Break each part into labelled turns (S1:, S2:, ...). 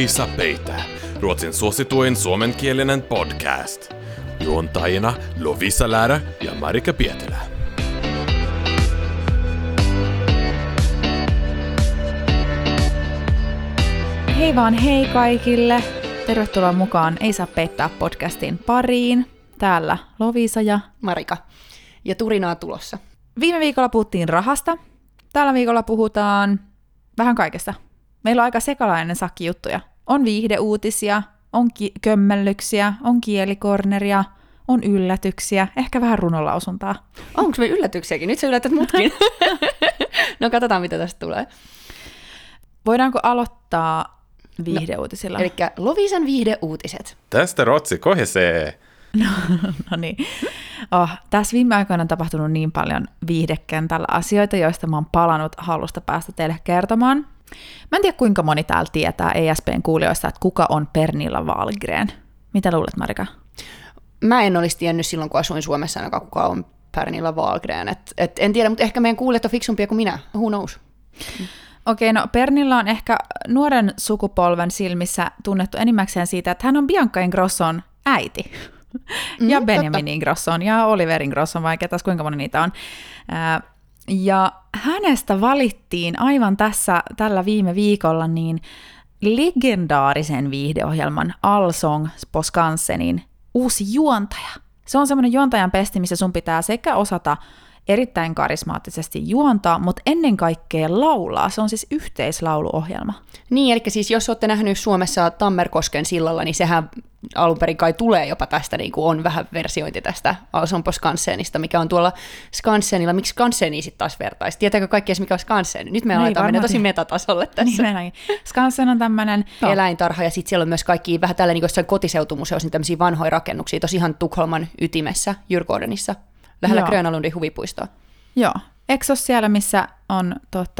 S1: Lovisa Peitä, Ruotsin suosituin suomenkielinen podcast. Juontajina Lovisa Läärä ja Marika Pietilä.
S2: Hei vaan hei kaikille! Tervetuloa mukaan Ei saa peittää podcastin pariin. Täällä Lovisa ja
S3: Marika. Ja turinaa tulossa.
S2: Viime viikolla puhuttiin rahasta. Tällä viikolla puhutaan vähän kaikesta. Meillä on aika sekalainen sakki juttuja. On viihdeuutisia, on kömmellyksiä, on kielikorneria, on yllätyksiä, ehkä vähän runolausuntaa.
S3: Onko me yllätyksiäkin? Nyt sä yllätät mutkin. No katsotaan, mitä tästä tulee.
S2: Voidaanko aloittaa viihdeuutisilla?
S3: Elikkä Lovisan viihdeuutiset.
S1: Tästä Ruotsi kohisee.
S2: No niin. Tässä viime aikoina on tapahtunut niin paljon viihdekentällä asioita, joista mä oon palannut halusta päästä teille kertomaan. Mä en tiedä, kuinka moni täällä tietää ESPn kuulijoista, että kuka on Pernilla Wahlgren. Mitä luulet, Marika?
S3: Mä en olisi tiennyt silloin, kun asuin Suomessa, ainakaan kuka on Pernilla Wahlgren. En tiedä, mutta ehkä meidän kuulijat on fiksumpia kuin minä. Who knows?
S2: Okei, no Pernilla on ehkä nuoren sukupolven silmissä tunnettu enimmäkseen siitä, että hän on Bianca Ingrosson äiti. Ja Benjamin Ingrosson ja Oliver Ingrosson, vai ketäs kuinka moni niitä on. Ja hänestä valittiin aivan tällä viime viikolla niin legendaarisen viihdeohjelman Allsång på Skansenin uusi juontaja. Se on semmoinen juontajan pesti, missä sun pitää sekä osata erittäin karismaattisesti juontaa, mutta ennen kaikkea laulaa. Se on siis yhteislauluohjelma.
S3: Niin, eli siis jos olette nähnyt Suomessa Tammerkosken sillalla, niin sehän alun perin kai tulee jopa tästä, niin kuin on vähän versiointi tästä Allsång på Skansenista, mikä on tuolla Skansenilla. Miksi Skansenia sitten taas vertaisi? Tietääkö kaikki edes, mikä on Skansen? Nyt me aletaan mennä tosi metatasolle tässä.
S2: Niin, Skansen on tämmöinen
S3: eläintarha, ja sitten siellä on myös kaikki vähän tällä niin kuin jossain kotiseutumuseossa, niin tämmöisiä vanhoja rakennuksia, tosi ihan Tukholman ytimessä, Djurgårdenissa. Lähellä Gröna Lundin huvipuistoa. Joo.
S2: Eikö se ole siellä, missä on,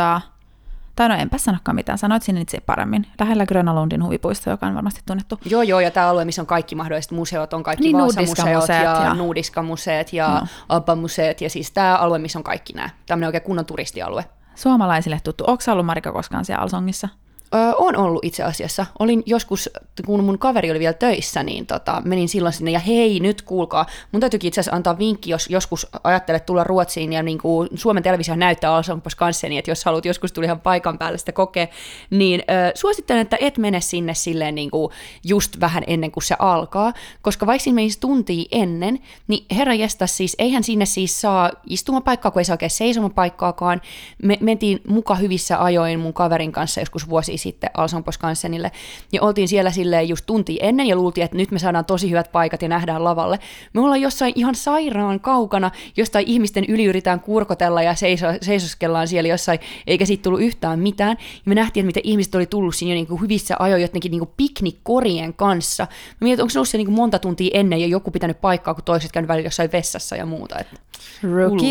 S2: tai no enpä sanokaan mitään, sanoit sinne itse paremmin. Lähellä Gröna Lundin huvipuisto, joka on varmasti tunnettu.
S3: Joo, ja tämä alue, missä on kaikki mahdolliset museot, on kaikki niin, Vaasa-museot ja Nuudiska-museet ja Abba-museet, ja siis tämä alue, missä on kaikki nämä. Tämmöinen oikein kunnon turistialue.
S2: Suomalaisille tuttu. Ootko sä ollut, Marika, koskaan siellä Allsångissa?
S3: On ollut itse asiassa. Olin joskus, kun mun kaveri oli vielä töissä, niin menin silloin sinne, ja hei, nyt kuulkaa, mun täytyykin itse asiassa antaa vinkki, jos joskus ajattelet tulla Ruotsiin, ja niin kuin Suomen televisio näyttää Allsång på Skansenia, että jos haluat joskus tulla ihan paikan päälle sitä kokea, niin suosittelen, että et mene sinne silleen niin kuin just vähän ennen kuin se alkaa, koska vaikka siinä menisi tuntia ennen, niin herranjestas siis, eihän sinne siis saa istumapaikkaa, kun ei saa oikein seisomapaikkaakaan. Me mentiin muka hyvissä ajoin mun kaverin kanssa joskus vuosi sitten Allsång på Skansenille, ja oltiin siellä silleen just tuntia ennen, ja luultiin, että nyt me saadaan tosi hyvät paikat ja nähdään lavalle. Me ollaan jossain ihan sairaan kaukana, jostain ihmisten yli yritetään kurkotella ja seisoskellaan siellä jossain, eikä siitä tullut yhtään mitään. Ja me nähtiin, että mitä ihmiset oli tullut siinä jo niin kuin hyvissä ajoin jotenkin niin kuin piknikkorien kanssa. Mä mietin, että onko se ollut se niin kuin monta tuntia ennen ja joku pitänyt paikkaa, kun toiset käynyt välillä jossain vessassa ja muuta. Että
S2: rookie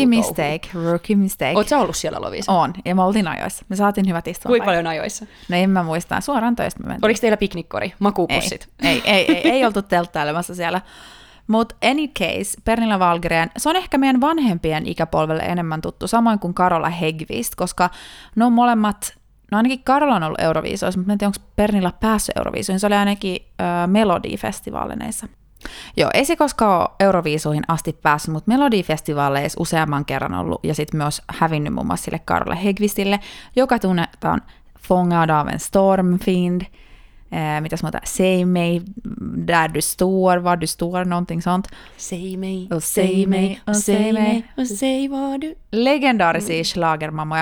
S2: mistake.
S3: Oot sä ollut siellä, Lovisa?
S2: On, ja me oltiin ajoissa. Me saatiin hyvät istumapaikat.
S3: Kuinka paljon ajoissa?
S2: No en mä muista. Suoraan töistä me mentiin.
S3: Oliko teillä piknikkori? Makuupussit?
S2: Ei oltu telttailemassa siellä. Mutta any case, Pernilla Wahlgren, se on ehkä meidän vanhempien ikäpolvelle enemmän tuttu, samoin kuin Carola Häggkvist, koska ne on molemmat, no ainakin Carola on ollut Euroviisoissa, mutta en tiedä, onko Pernilla päässyt Euroviisoihin, se oli ainakin Melodi-festivaaleissa. Joo, ei se koskaan ole Euroviisuihin asti päässyt, mutta Melodi-festivaaleissa useamman kerran ollut, ja sitten myös hävinnyt muun muassa sille Carola Häggkvistille, joka tunnetaan Fångad av en stormfind, mitäs muuta, säg mig där du står, var du står, någonting sånt.
S3: Säg mig, och säg mig, och säg mig, och säg var du.
S2: Legendaarisia schlagermammoja.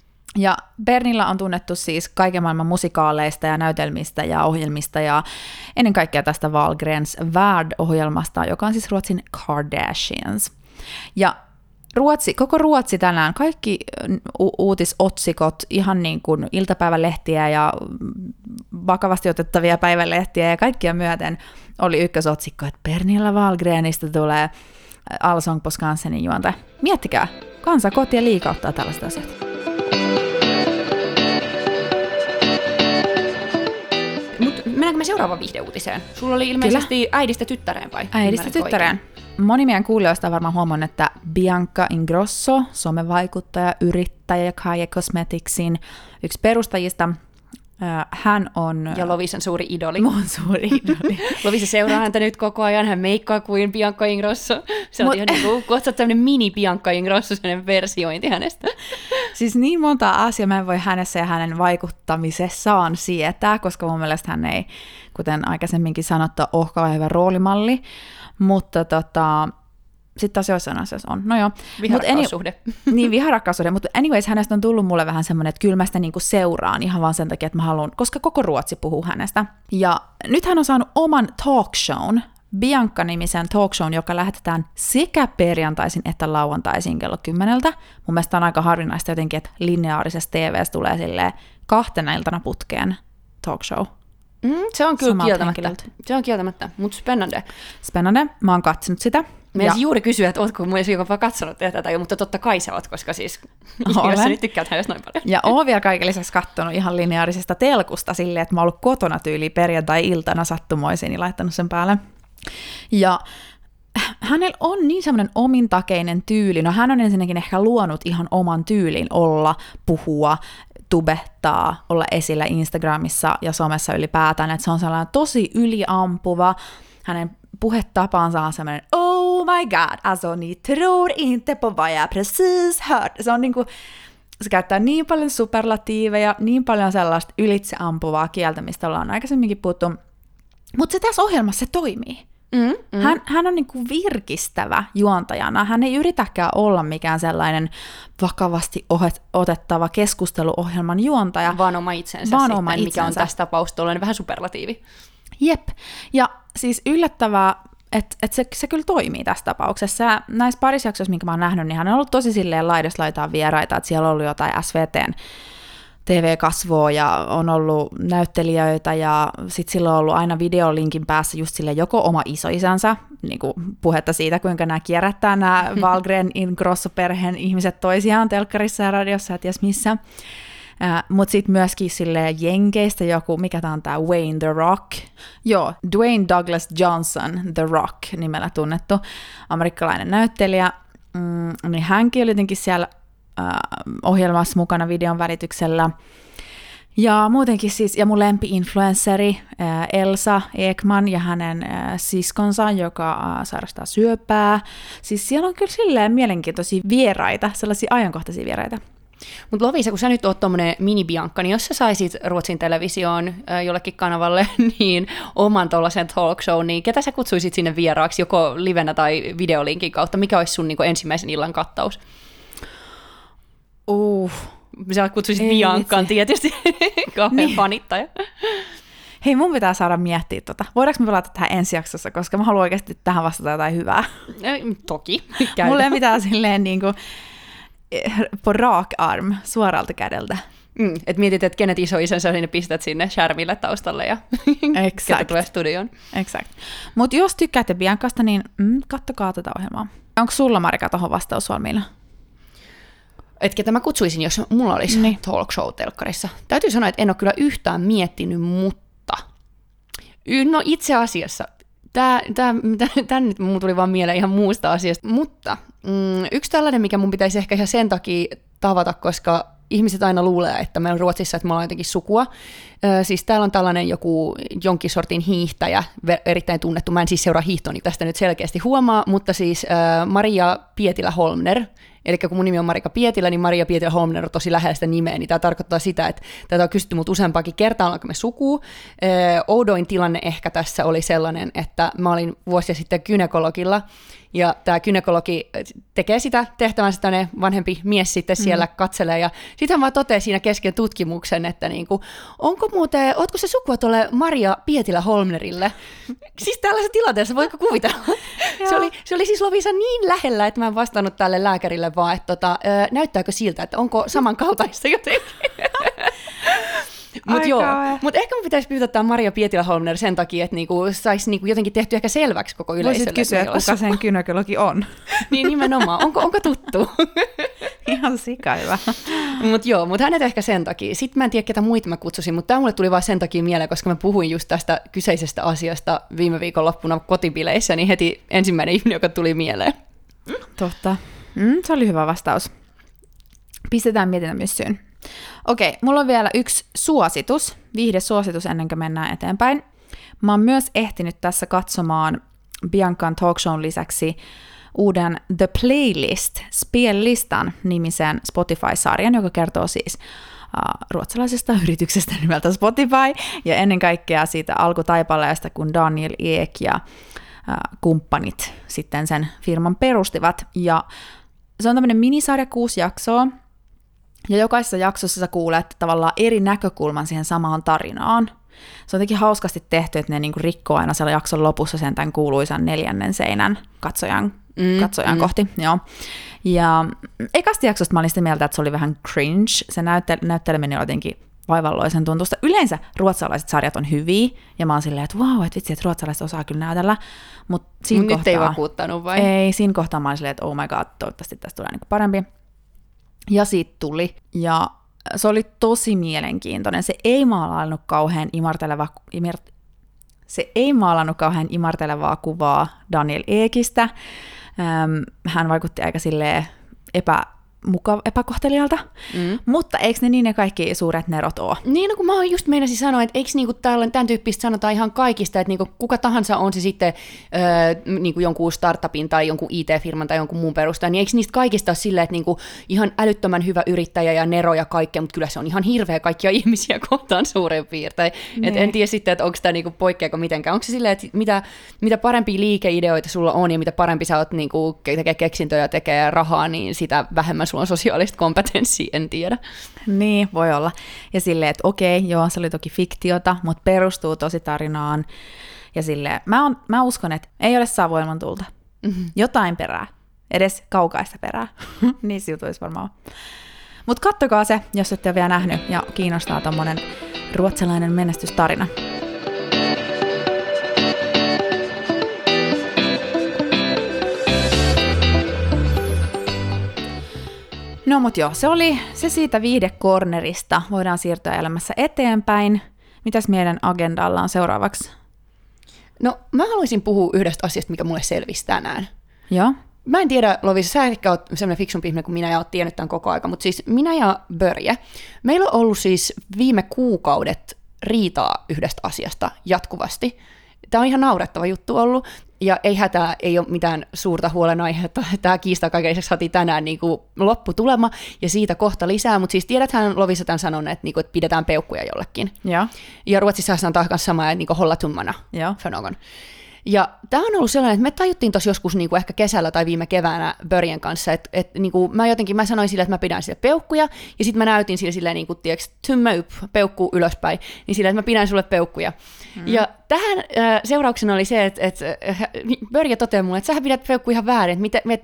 S2: Ja Pernilla on tunnettu siis kaiken maailman musikaaleista ja näytelmistä ja ohjelmista ja ennen kaikkea tästä Wahlgrens Värld-ohjelmasta, joka on siis Ruotsin Kardashians. Ja koko Ruotsi tänään, kaikki uutisotsikot, ihan niin kuin iltapäivälehtiä ja vakavasti otettavia päivälehtiä ja kaikkia myöten oli ykkösotsikko, että Pernilla Wahlgrenista tulee Allsång på Skansenin juontaja. Miettikää, kansa koti ja liikauttaa tällaista asiat.
S3: Mennäänkö me seuraavaan viihdeuutiseen? Sulla oli ilmeisesti Kyllä. äidistä tyttäreen vai?
S2: Äidistä tyttäreen. Moni meidän kuulijoista on varmaan huomannut, että Bianca Ingrosso, somevaikuttaja, yrittäjä Kaja Cosmeticsin yksi perustajista, Hän on...
S3: Ja Lovisan suuri idoli.
S2: Mun suuri idoli.
S3: Lovisa seuraa häntä nyt koko ajan, hän meikkaa kuin Bianca Ingrosso. Se on ihan niin kuin, kun otsat tämmöinen mini Bianca Ingrosso, sellainen versiointi hänestä.
S2: Siis niin monta asiaa mä en voi hänessä ja hänen vaikuttamisessaan sietää, koska mun mielestä hän ei, kuten aikaisemminkin sanottu, ole hyvä roolimalli, mutta sitten taas joissain asioissa on. No joo.
S3: Viharakkaussuhde.
S2: Niin, viharakkaussuhde. Mutta anyways, hänestä on tullut mulle vähän semmoinen, että kyllä mä sitä niinku seuraan ihan vaan sen takia, että mä haluan, koska koko Ruotsi puhuu hänestä. Ja nyt hän on saanut oman talk shown, Bianca-nimisen talk shown, joka lähetetään sekä perjantaisin että lauantaisin kello 10. Mun mielestä on aika harvinaista jotenkin, että lineaarisessa TV:ssä tulee silleen 2 iltana putkeen talk show.
S3: Se on kyllä
S2: Samalta
S3: kieltämättä.
S2: henkilöltä.
S3: Se on kieltämättä, mutta spännande.
S2: Spännande. Mä oon katsonut sitä.
S3: Mä juuri kysyä, että ootko mun jopa katsonut tätä, mutta totta kai sä oot, koska siis jos sä nyt tykkäät hänestä noin paljon.
S2: Ja oon vielä kaiken lisäksi katsonut ihan lineaarisesta telkusta silleen, että mä oon ollut kotona tyyliin perjantai-iltana sattumoisin ja laittanut sen päälle. Ja hänellä on niin semmoinen omintakeinen tyyli. No hän on ensinnäkin ehkä luonut ihan oman tyylin olla, puhua, tubettaa, olla esillä Instagramissa ja somessa ylipäätään. Että se on sellainen tosi yliampuva. Hänen puhetapansa on semmoinen, oh my god, alltså ni tror inte på vad jag precis hört. Se on niinku, se käyttää niin paljon superlatiiveja, niin paljon sellaista ylitseampuvaa kieltä, mistä ollaan aikaisemminkin puhuttu. Mutta se tässä ohjelmassa se toimii. Hän on niinku virkistävä juontajana. Hän ei yritäkään olla mikään sellainen vakavasti otettava keskusteluohjelman juontaja.
S3: Vaan oma itsensä
S2: vaan
S3: sitten,
S2: oma
S3: mikä
S2: itsensä.
S3: on tässä tapauksessa tuollainen vähän superlatiivi.
S2: Jep. Ja siis yllättävää, että se kyllä toimii tässä tapauksessa. Ja näissä parissa jaksoissa, minkä mä oon nähnyt, niin hän on ollut tosi silleen laidasta laitaan vieraita, että siellä on ollut jotain SVT:n TV-kasvoa ja on ollut näyttelijöitä ja sitten sillä on ollut aina videolinkin päässä just sille joko oma isoisänsä, niin kuin puhetta siitä, kuinka nämä kierrättää nämä Wahlgren Ingrosso-perheen ihmiset toisiaan telkkarissa ja radiossa ja ties missä. Mutta sitten myöskin sille jenkeistä joku, mikä tämä on tämä Wayne The Rock. Joo, Dwayne Douglas Johnson The Rock nimellä tunnettu amerikkalainen näyttelijä. Niin hänkin oli jotenkin siellä ohjelmassa mukana videon välityksellä. Ja muutenkin siis, ja mun lempi-influenssari Elsa Ekman ja hänen siskonsa, joka sairastaa syöpää. Siis siellä on kyllä silleen mielenkiintoisia vieraita, sellaisia ajankohtaisia vieraita.
S3: Mutta Lovisa, kun sä nyt oot tommonen mini-Bianca, niin jos sä saisit Ruotsin televisioon jollekin kanavalle niin oman tollaisen talk show, niin ketä sä kutsuisit sinne vieraaksi, joko livenä tai videolinkin kautta? Mikä olisi sun niinku ensimmäisen illan kattaus? Sä kutsuisit Biancaan tietysti, kauhean fanittaja.
S2: Hei, mun pitää saada miettiä tota. Voidaanko me pelata tähän ensi jaksossa, koska mä haluan oikeasti tähän vastata jotain hyvää.
S3: Toki.
S2: Mulla ei mitään silleen niinku på rak arm, suoralta kädeltä.
S3: Et mietit, että kenet isoisänsä, niin pistät sinne Charmille taustalle ja ketä tulee studioon.
S2: Exact. Mutta jos tykkäätte Biancasta, niin kattokaa tätä ohjelmaa. Onko sulla, Marika, tuohon vastaus valmiina?
S3: Et ketä mä kutsuisin, jos mulla olisi talk show telkkarissa. Täytyy sanoa, että en ole kyllä yhtään miettinyt, mutta no itse asiassa, tämä nyt mun tuli vaan mieleen ihan muusta asiasta, mutta yksi tällainen, mikä mun pitäisi ehkä ihan sen takia tavata, koska ihmiset aina luulee, että meillä on Ruotsissa, että me ollaan jotenkin sukua. Siis täällä on tällainen jonkin sortin hiihtäjä, erittäin tunnettu. Mä en siis seuraa hiihtoa, niin tästä nyt selkeästi huomaa, mutta siis Maria Pietilä-Holmner. Eli kun mun nimi on Marika Pietilä, niin Maria Pietilä-Holmner on tosi lähellä sitä nimeä, niin tämä tarkoittaa sitä, että tätä on kysytty mut useampaakin kertaa, ollaanko me sukua. Oudoin tilanne ehkä tässä oli sellainen, että mä olin vuosia sitten gynekologilla, ja tämä gynekologi tekee sitä tehtävänsä, tänne vanhempi mies sitten siellä katselee, ja sitten hän vaan toteaa siinä kesken tutkimuksen, että niinku, ootko se sukua tuolle Maria Pietilä-Holmnerille? Siis tällaisessa tilanteessa, voiko kuvitella? se oli siis Lovisa niin lähellä, että mä en vastannut tälle lääkärille vaan, että näyttääkö siltä, että onko samankaltaista jotenkin? Mutta ehkä mun pitäisi pyytää tämä Maria Pietilä-Holmner sen takia, että niinku saisi niinku jotenkin tehty ehkä selväksi koko yleisölle.
S2: Voisit kysyä, kuka sen gynekologi on.
S3: Niin nimenomaan. Onko tuttu?
S2: Ihan sika hyvä.
S3: Mutta hänet ehkä sen takia. Sitten mä en tiedä, ketä muita mä kutsusin, mutta tämä mulle tuli vaan sen takia mieleen, koska mä puhuin just tästä kyseisestä asiasta viime viikonloppuna kotibileissä, niin heti ensimmäinen ihminen, joka tuli mieleen.
S2: Totta. Se oli hyvä vastaus. Pistetään mietintämyssyyn. Okei, mulla on vielä yksi suositus, viihdesuositus ennen kuin mennään eteenpäin. Mä oon myös ehtinyt tässä katsomaan Biancan Talk Shown lisäksi uuden The Playlist, Spellistan nimisen Spotify-sarjan, joka kertoo siis ruotsalaisesta yrityksestä nimeltä Spotify, ja ennen kaikkea siitä alkutaipaleesta, kun Daniel Ek ja kumppanit sitten sen firman perustivat. Ja se on tämmöinen minisarja, 6 jaksoa, ja jokaisessa jaksossa sä kuulet tavallaan eri näkökulman siihen samaan tarinaan. Se on jotenkin hauskasti tehty, että ne niinku rikkoo aina siellä jakson lopussa sen tämän kuuluisan 4. seinän katsojan kohti. Joo. Ja ekasta jaksosta mä olin sitä mieltä, että se oli vähän cringe. Se näytteleminen oli jotenkin vaivalloisen tuntusta. Yleensä ruotsalaiset sarjat on hyviä, ja mä oon silleen, että vau, että vitsi, että ruotsalaiset osaa kyllä näytellä. Mutta
S3: nyt ei vakuuttanut vai?
S2: Ei, siinä kohtaa mä olin silleen, että oh my god, toivottavasti tästä tulee niinku parempi. Ja siitä tuli. Ja se oli tosi mielenkiintoinen. Se ei maalannut kauhean imartelevaa kuvaa Daniel Ekistä. Hän vaikutti aika silleen epäkohtelijalta, mutta eikö ne kaikki suuret nerot ole?
S3: Niin, no kun mä just meinasin sanoa, että eikö niinku tämän tyyppistä sanotaan ihan kaikista, että niinku kuka tahansa on se sitten niinku jonkun startupin tai jonkun IT-firman tai jonkun muun perustaja, niin eikö niistä kaikista ole silleen, että niinku ihan älyttömän hyvä yrittäjä ja nero ja kaikkea, mutta kyllä se on ihan hirveä kaikkia ihmisiä kohtaan suurin piirtein. Et en tiedä sitten, että onko tämä niinku poikkeako mitenkään. Onko se silleen, että mitä parempia liikeideoita sulla on ja mitä parempi sä oot niinku tekee keksintöjä ja tekee rahaa, niin sitä vähemmän sulla on sosiaalista kompetenssia, en tiedä.
S2: Niin, voi olla. Ja silleen, että okei, joo, se oli toki fiktiota, mutta perustuu tosi tarinaan. Ja silleen, mä uskon, että ei ole saavoilman tulta. Jotain perää. Edes kaukaista perää. Niissä jutuissa varmaan. Mutta kattokaa se, jos ette ole vielä nähnyt ja kiinnostaa tommonen ruotsalainen menestystarina. No mut joo, se oli se siitä viihdekornerista. Voidaan siirtyä elämässä eteenpäin. Mitäs meidän agendalla on seuraavaksi?
S3: No mä haluaisin puhua yhdestä asiasta, mikä mulle selvisi tänään.
S2: Joo.
S3: Mä en tiedä, Lovisa, sä ehkä oot sellainen fiksumpi ihminen kuin minä ja oot tiennyt tämän koko ajan, mutta siis minä ja Börje, meillä on ollut siis viime kuukaudet riitaa yhdestä asiasta jatkuvasti. Tämä on ihan naurettava juttu ollut, ja ei hätää, ei ole mitään suurta huolenaihetta. Tämä kiista kaiken lisäksi saatiin tänään niin kuin lopputulema, ja siitä kohta lisää, mutta siis tiedäthän Lovisa tämän sanon, että pidetään peukkuja jollekin. Ja Ruotsissa sanotaan myös sama, että hollatummana fenogon. Ja tämä on ollut sellainen, että me tajuttiin tuossa joskus niin kuin ehkä kesällä tai viime keväänä Börjen kanssa, että niin kuin mä sanoin sille, että mä pidän sille peukkuja, ja sitten mä näytin sille silleen, niin kuin, tiedätkö, tymmä peukku ylöspäin, niin sille, että mä pidän sulle peukkuja. Ja tähän seurauksena oli se, että Börje toteaa mulle, että sähän pidät peukku ihan väärin,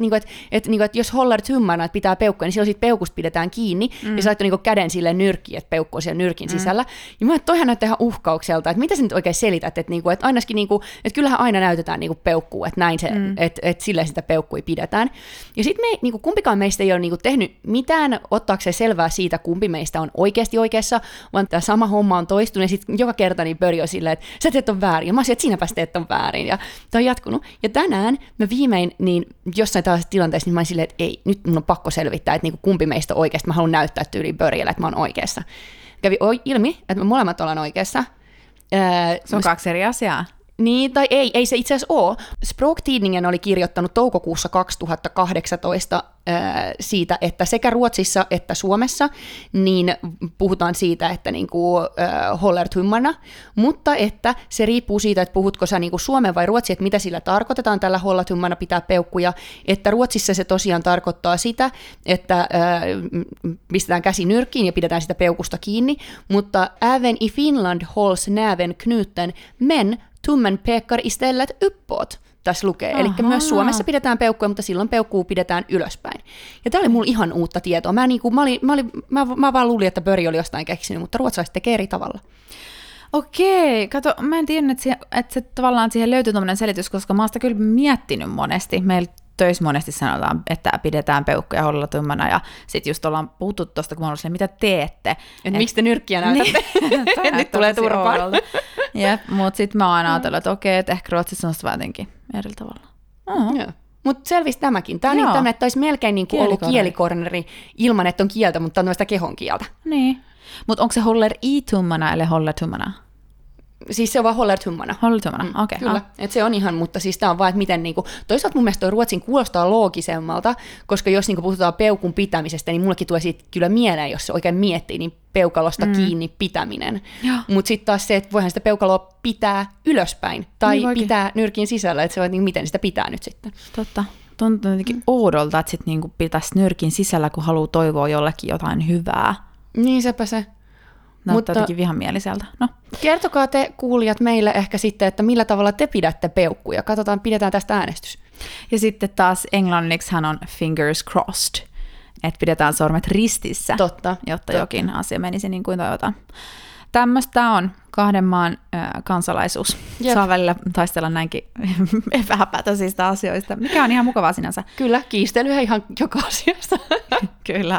S3: että jos hollar tummana, että pitää peukkuja, niin silloin siitä peukusta pidetään kiinni, ja sä laittoi niin käden silleen nyrkkiin, että peukku on siellä nyrkin sisällä. Ja mä toihan näyttää ihan uhkaukselta, että mitä sä nyt oikein selität, että ainakin, että kyllähän aina näytetään niinku peukkuu, että näin se, että silleen sitä peukkui pidetään. Ja sitten me niinku kumpikaan meistä ei ole niinku tehnyt mitään ottaakseen selvää siitä, kumpi meistä on oikeasti oikeassa, vaan tämä sama homma on toistunut, ja sitten joka kerta niin Börje on silleen, että sä teet on väärin, ja mä olisin, että sinäpäs teet on väärin, ja tämä on jatkunut. Ja tänään mä viimein, niin jossain tällaisessa tilanteessa, niin mä olin silleen, että ei, nyt mun on pakko selvittää, että niinku kumpi meistä on oikeasti, mä haluan näyttää tyyliin Börjelle, että mä oon oikeassa. Kävi ilmi, että me molemmat ollaan oikeassa.
S2: Se on 2 eri asiaa.
S3: Niin, tai ei se itse asiassa ole. Språktidningen oli kirjoittanut toukokuussa 2018 siitä, että sekä Ruotsissa että Suomessa niin puhutaan siitä, että niinku, håller tummarna, mutta että se riippuu siitä, että puhutko sä niinku Suomen vai Ruotsi, että mitä sillä tarkoitetaan tällä hålla tummarna pitää peukkuja, että Ruotsissa se tosiaan tarkoittaa sitä, että pistetään käsi nyrkkiin ja pidetään sitä peukusta kiinni, mutta även i Finland hålls näven knuten, men tummen pekar istället uppåt, tässä lukee. Eli myös Suomessa pidetään peukkuja, mutta silloin peukkuu pidetään ylöspäin. Ja tämä oli mulla ihan uutta tietoa. Mä vaan luulin, että Börje oli jostain keksinyt, mutta ruotsalaiset tekee eri tavalla.
S2: Okei, kato, mä en tiedä, että se tavallaan siihen löytyy tommoinen selitys, koska mä oon sitä kyllä miettinyt monesti. Meillä töissä monesti sanotaan, että pidetään peukkuja hollilla tummana, ja sitten just ollaan puhuttu tuosta, kun mä ollaan mitä teette.
S3: Että miksi te nyrkkiä näytätte?
S2: Niin,
S3: nyt tulee turpaan.
S2: Mutta sitten mä oon aina ajatellut, että okei, että ehkä Ruotsissa on sitä jotenkin eri tavalla.
S3: Mutta selvisi tämäkin. Tämä on niin tämmöinen, että olisi melkein niin kuin ollut kielikorneri ilman, että on kieltä, mutta on sitä kehon kieltä.
S2: Niin. Mutta onko se håller i tummarna eller håller tummarna?
S3: Siis se on vaan håller tummarna.
S2: Håller tummarna, okei.
S3: Kyllä, että se on ihan, mutta siis tämä on vaan, että miten niinku, toisaalta mun mielestä toi ruotsin kuulostaa loogisemmalta, koska jos niinku puhutaan peukun pitämisestä, niin mullekin tulee siitä kyllä mieleen, jos se oikein miettii, niin peukalosta kiinni pitäminen. Mutta sitten taas se, että voihan sitä peukaloa pitää ylöspäin tai niin pitää nyrkin sisällä, että se on, niin miten sitä pitää nyt sitten.
S2: Totta. Tuntuu jotenkin oudolta, että sitten niinku pitäisi nyrkin sisällä, kun haluaa toivoa jollekin jotain hyvää.
S3: Niin sepä se.
S2: Näyttää jotenkin vihamieliseltä. No.
S3: Kertokaa te kuulijat meille ehkä sitten, että millä tavalla te pidätte peukkuja. Katsotaan, pidetään tästä äänestys.
S2: Ja sitten taas englanniksi hän on fingers crossed, että pidetään sormet ristissä, jotta jokin asia menisi niin kuin toivotaan. Tämmöistä on kahden maan kansalaisuus. Jep. Saa välillä taistella näinkin vähäpätöisistä asioista, mikä on ihan mukavaa sinänsä.
S3: Kyllä, kiistelyä ihan joka asiasta.
S2: Kyllä.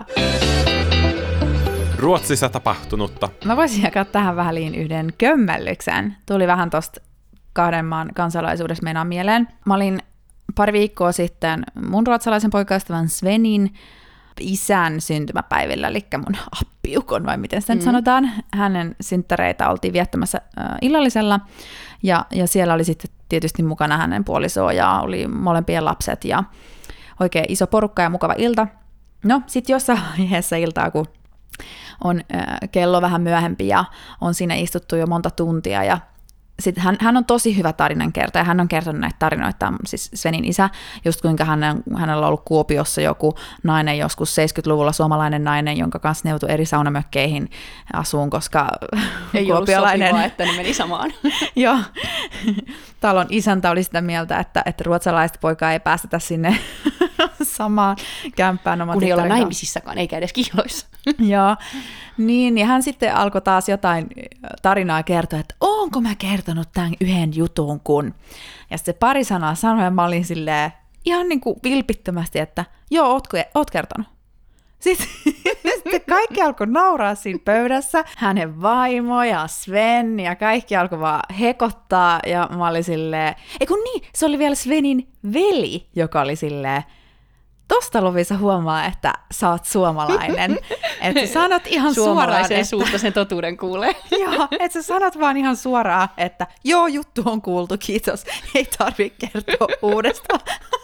S1: Ruotsissa tapahtunutta.
S2: Mä voisin jakaa tähän väliin yhden kömmellyksen. Tuli vähän tosta kahden maan kansalaisuudessa meinaan mieleen. Mä olin pari viikkoa sitten mun ruotsalaisen poikaystävän Svenin isän syntymäpäivillä, eli mun appiukon, vai miten sitä nyt sanotaan. Hänen synttäreitä oltiin viettämässä illallisella, ja siellä oli sitten tietysti mukana hänen puolisoa, ja oli molempien lapset, ja oikein iso porukka ja mukava ilta. No, sitten jossain vaiheessa iltaa, kun on kello vähän myöhempi, ja on siinä istuttu jo monta tuntia, ja sitten hän on tosi hyvä tarinankertoja, hän on kertonut näitä tarinoita, siis Svenin isä, just kuinka hänellä on ollut Kuopiossa joku nainen joskus 70-luvulla, suomalainen nainen, jonka kanssa neuvotui eri saunamökkeihin asuun, koska
S3: ei
S2: kuopiolainen...
S3: ollut sopivaa, että ne meni samaan.
S2: Joo, talon isäntä oli sitä mieltä, että ruotsalaiset poikaa ei päästetä sinne samaan kämppään.
S3: Kun ei olla naimisissakaan, eikä edes kihloissa.
S2: Joo, niin, ja hän sitten alkoi taas jotain tarinaa kertoa, että onko mä kertonut tämän yhden jutun, kun... Ja sitten se pari sanaa sanoi, ja mä olin silleen ihan niin kuin vilpittömästi, että joo, oot kertonut. Sitten kaikki alkoi nauraa siinä pöydässä, hänen vaimo ja Sven, ja kaikki alkoi vaan hekottaa, ja mä olin silleen, se oli vielä Svenin veli, joka oli silleen, tosta Lovisa huomaa, että sä oot suomalainen. Että sä sanot ihan suoraan, että...
S3: suusta sen totuuden kuulee.
S2: Joo, että sä sanot vaan ihan suoraan, että joo, juttu on kuultu, kiitos. Ei tarvitse kertoa uudestaan.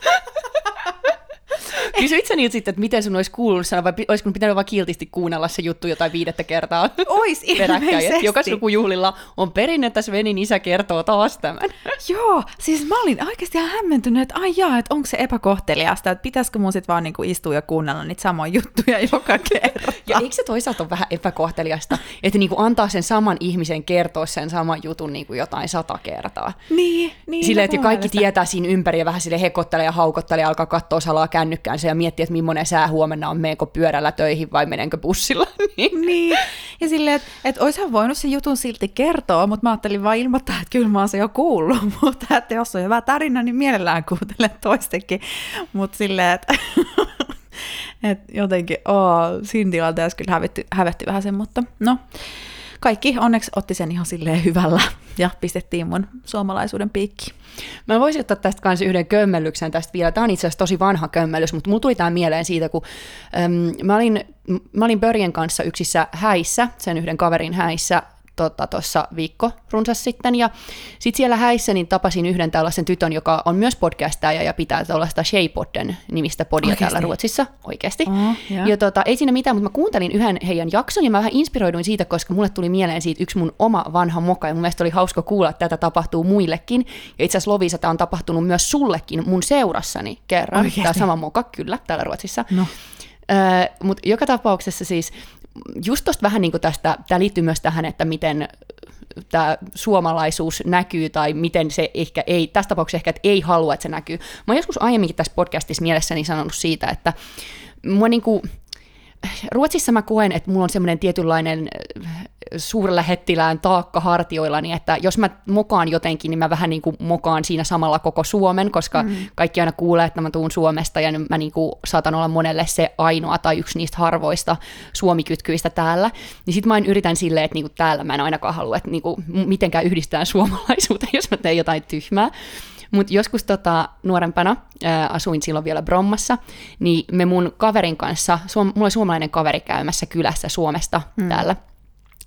S3: Kysyit sä niiltä sitten, että miten sun olisi kuulunut sanoa, vai olisiko pitänyt vaan kiltisti kuunnella se juttu jotain 5. kertaa?
S2: Ois ilmeisesti.
S3: Joka sukujuhlilla on perinne, että Svenin isä kertoo taas tämän.
S2: Joo, siis mä olin oikeasti ihan hämmentynyt, että että onko se epäkohteliasta, että pitäisikö mun sit vaan niinku istua ja kuunnella niitä samoja juttuja joka kerta.
S3: Ja eikö se toisaalta ole vähän epäkohteliasta, että niinku antaa sen saman ihmisen kertoa sen saman jutun niinku jotain 100 kertaa?
S2: Niin.
S3: Silleen, että kaikki tietää siinä ympäri ja vähän sille hekottelee ja haukottelee ja alkaa katsoa salaa kännykkäänsä ja miettiä, että millainen sää huomenna on, meenkö pyörällä töihin vai menenkö bussilla.
S2: Niin, ja silleen, että oishan voinut sen jutun silti kertoa, mutta mä ajattelin vaan ilmoittaa, että kyllä mä oon se jo kuullut, mutta että jos on hyvä tarina, niin mielellään kuuntelen toistenkin, mutta silleen, että jotenkin, siinä tilanteessa kyllä hävetti vähän sen, mutta no, kaikki onneksi otti sen ihan silleen hyvällä ja pistettiin mun suomalaisuuden piikkiin.
S3: Mä voisin ottaa tästä kanssa yhden kömmellyksen tästä vielä. Tämä on itse asiassa tosi vanha kömmellys, mutta mulla tuli tämä mieleen siitä, kun mä olin Börjen kanssa yksissä häissä, sen yhden kaverin häissä, tuossa viikko runsas sitten, ja sitten siellä häissä niin tapasin yhden tällaisen tytön, joka on myös podcastaja ja pitää tällaista Shaypodden nimistä podia oikeasti täällä Ruotsissa, oikeasti. Ja ei siinä mitään, mutta mä kuuntelin yhden heidän jakson, ja mä vähän inspiroiduin siitä, koska mulle tuli mieleen siitä yksi mun oma vanha moka, ja mun mielestä oli hauska kuulla, että tätä tapahtuu muillekin, ja itse asiassa Lovisa, tämä on tapahtunut myös sullekin mun seurassani kerran, oikeasti? Tämä sama moka, kyllä, täällä Ruotsissa. No. Mutta joka tapauksessa siis just tosta vähän niin kuin tästä, tämä liittyy myös tähän, että miten tämä suomalaisuus näkyy tai miten se ehkä ei, tässä tapauksessa ehkä, että ei halua, että se näkyy. Mä oon joskus aiemminkin tässä podcastissa mielessäni sanonut siitä, että mua niin kuin, Ruotsissa mä koen, että mulla on semmoinen tietynlainen suurlähettilään taakka hartioillani, että jos mä mokaan jotenkin, niin mä vähän niin kuin mokaan siinä samalla koko Suomen, koska kaikki aina kuulee, että mä tuun Suomesta ja mä niin kuin saatan olla monelle se ainoa tai yksi niistä harvoista suomikytkyistä täällä. Niin sit mä yritän silleen, että niin kuin täällä mä en ainakaan halua, että niin kuin mitenkään yhdistetään suomalaisuuteen, jos mä teen jotain tyhmää. Mutta joskus nuorempana, asuin silloin vielä Brommassa, niin me mun kaverin kanssa, mulla oli suomalainen kaveri käymässä kylässä Suomesta täällä.